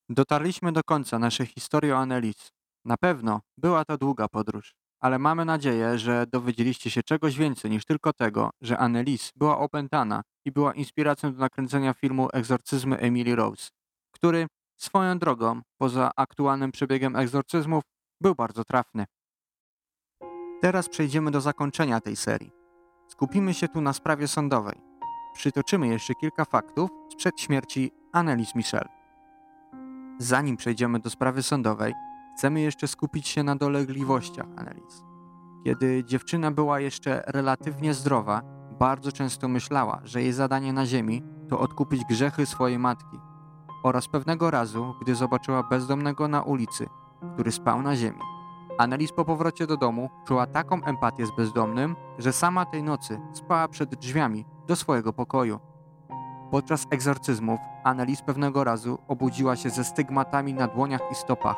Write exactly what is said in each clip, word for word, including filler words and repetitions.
Dotarliśmy do końca naszej historii o Annelies. Na pewno była to długa podróż, ale mamy nadzieję, że dowiedzieliście się czegoś więcej niż tylko tego, że Annelies była opętana i była inspiracją do nakręcenia filmu Egzorcyzmy Emily Rose, który swoją drogą, poza aktualnym przebiegiem egzorcyzmów, był bardzo trafny. Teraz przejdziemy do zakończenia tej serii. Skupimy się tu na sprawie sądowej. Przytoczymy jeszcze kilka faktów sprzed śmierci Annelies Michel. Zanim przejdziemy do sprawy sądowej, chcemy jeszcze skupić się na dolegliwościach Annelies. Kiedy dziewczyna była jeszcze relatywnie zdrowa, bardzo często myślała, że jej zadanie na ziemi to odkupić grzechy swojej matki. Oraz pewnego razu, gdy zobaczyła bezdomnego na ulicy, który spał na ziemi. Annelies po powrocie do domu czuła taką empatię z bezdomnym, że sama tej nocy spała przed drzwiami do swojego pokoju. Podczas egzorcyzmów Annelies pewnego razu obudziła się ze stygmatami na dłoniach i stopach.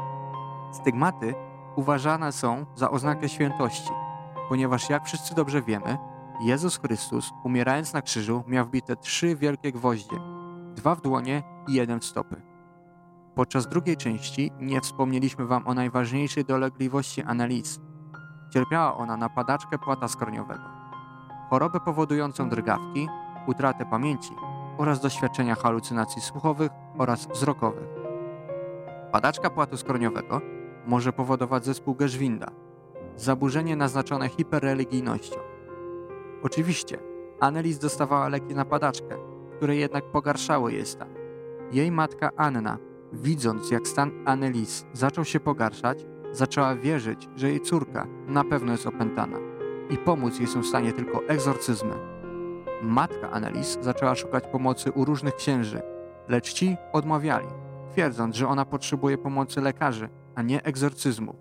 Stygmaty uważane są za oznakę świętości, ponieważ jak wszyscy dobrze wiemy, Jezus Chrystus, umierając na krzyżu, miał wbite trzy wielkie gwoździe, dwa w dłonie i jeden w stopy. Podczas drugiej części nie wspomnieliśmy wam o najważniejszej dolegliwości Annelies. Cierpiała ona na padaczkę płata skorniowego, chorobę powodującą drgawki, utratę pamięci oraz doświadczenia halucynacji słuchowych oraz wzrokowych. Padaczka płatu skorniowego może powodować zespół Geschwinda, zaburzenie naznaczone hiperreligijnością. Oczywiście, Annelies dostawała leki na padaczkę, które jednak pogarszały jej stan. Jej matka Anna, widząc jak stan Annelies zaczął się pogarszać, zaczęła wierzyć, że jej córka na pewno jest opętana i pomóc jej są w stanie tylko egzorcyzmy. Matka Annelies zaczęła szukać pomocy u różnych księży, lecz ci odmawiali, twierdząc, że ona potrzebuje pomocy lekarzy, a nie egzorcyzmów.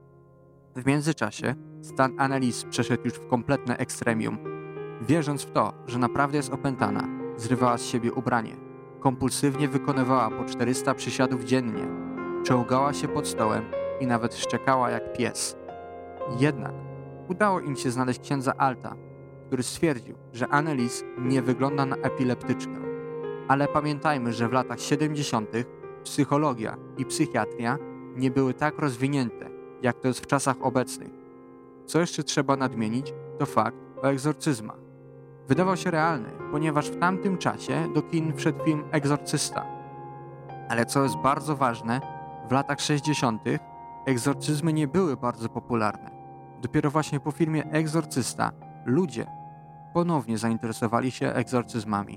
W międzyczasie stan Annelies przeszedł już w kompletne ekstremium. Wierząc w to, że naprawdę jest opętana, zrywała z siebie ubranie, kompulsywnie wykonywała po czterysta przysiadów dziennie, czołgała się pod stołem i nawet szczekała jak pies. Jednak udało im się znaleźć księdza Alta, który stwierdził, że Annelies nie wygląda na epileptyczkę. Ale pamiętajmy, że w latach siedemdziesiątych psychologia i psychiatria nie były tak rozwinięte, jak to jest w czasach obecnych. Co jeszcze trzeba nadmienić, to fakt o egzorcyzmach. Wydawał się realny, ponieważ w tamtym czasie do kin wszedł film Egzorcysta. Ale co jest bardzo ważne, w latach sześćdziesiątych egzorcyzmy nie były bardzo popularne. Dopiero właśnie po filmie Egzorcysta ludzie ponownie zainteresowali się egzorcyzmami.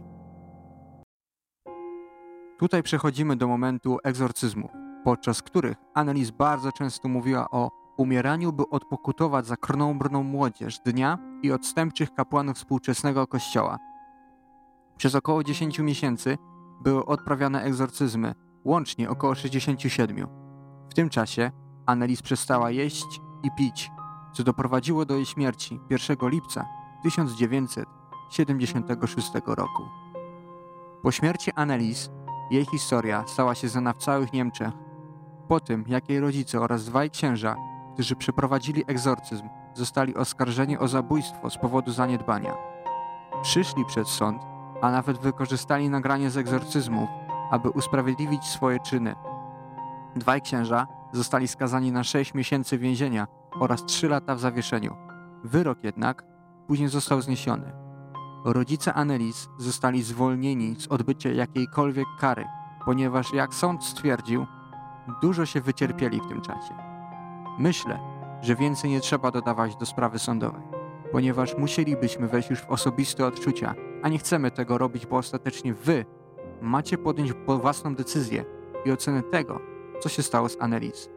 Tutaj przechodzimy do momentu egzorcyzmów, podczas których Annelies bardzo często mówiła o umieraniu, by odpokutować za krnąbrną młodzież dnia i odstępczych kapłanów współczesnego kościoła. Przez około dziesięć miesięcy były odprawiane egzorcyzmy, łącznie około sześćdziesiąt siedem. W tym czasie Annelies przestała jeść i pić, co doprowadziło do jej śmierci pierwszego lipca tysiąc dziewięćset siedemdziesiątego szóstego roku. Po śmierci Annelies jej historia stała się znana w całych Niemczech. Po tym, jak jej rodzice oraz dwaj księża, którzy przeprowadzili egzorcyzm, zostali oskarżeni o zabójstwo z powodu zaniedbania. Przyszli przed sąd, a nawet wykorzystali nagranie z egzorcyzmów, aby usprawiedliwić swoje czyny. Dwaj księża zostali skazani na sześć miesięcy więzienia oraz trzy lata w zawieszeniu. Wyrok jednak później został zniesiony. Rodzice Annelies zostali zwolnieni z odbycia jakiejkolwiek kary, ponieważ, jak sąd stwierdził, dużo się wycierpieli w tym czasie. Myślę, że więcej nie trzeba dodawać do sprawy sądowej, ponieważ musielibyśmy wejść już w osobiste odczucia, a nie chcemy tego robić, bo ostatecznie wy macie podjąć własną decyzję i ocenę tego, co się stało z Annelies.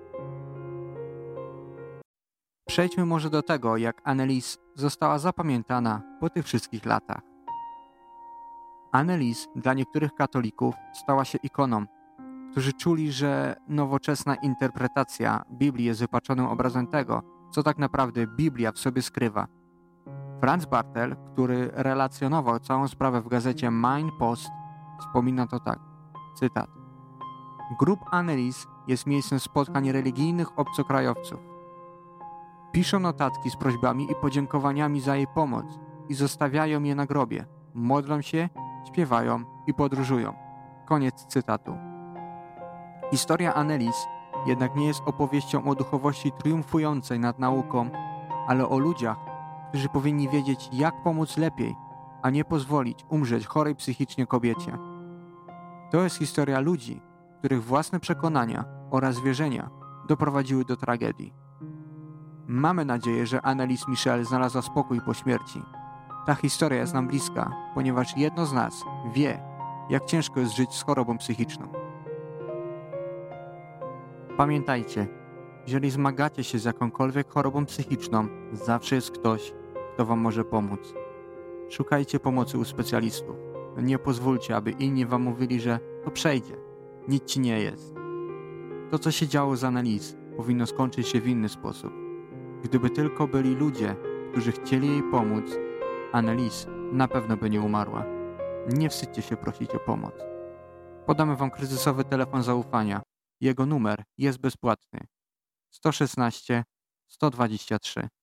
Przejdźmy może do tego, jak Annelies została zapamiętana po tych wszystkich latach. Annelies dla niektórych katolików stała się ikoną, którzy czuli, że nowoczesna interpretacja Biblii jest wypaczonym obrazem tego, co tak naprawdę Biblia w sobie skrywa. Franz Bartel, który relacjonował całą sprawę w gazecie Mein Post, wspomina to tak, cytat: Grób Annelies jest miejscem spotkań religijnych obcokrajowców. Piszą notatki z prośbami i podziękowaniami za jej pomoc i zostawiają je na grobie. Modlą się, śpiewają i podróżują. Koniec cytatu. Historia Annelies jednak nie jest opowieścią o duchowości triumfującej nad nauką, ale o ludziach, którzy powinni wiedzieć, jak pomóc lepiej, a nie pozwolić umrzeć chorej psychicznie kobiecie. To jest historia ludzi, których własne przekonania oraz wierzenia doprowadziły do tragedii. Mamy nadzieję, że Annelies Michel znalazła spokój po śmierci. Ta historia jest nam bliska, ponieważ jedno z nas wie, jak ciężko jest żyć z chorobą psychiczną. Pamiętajcie, jeżeli zmagacie się z jakąkolwiek chorobą psychiczną, zawsze jest ktoś, kto wam może pomóc. Szukajcie pomocy u specjalistów. Nie pozwólcie, aby inni wam mówili, że to przejdzie, nic ci nie jest. To, co się działo z Annelies, powinno skończyć się w inny sposób. Gdyby tylko byli ludzie, którzy chcieli jej pomóc, Annelies na pewno by nie umarła. Nie wstydźcie się prosić o pomoc. Podamy wam kryzysowy telefon zaufania. Jego numer jest bezpłatny. sto szesnaście sto dwadzieścia trzy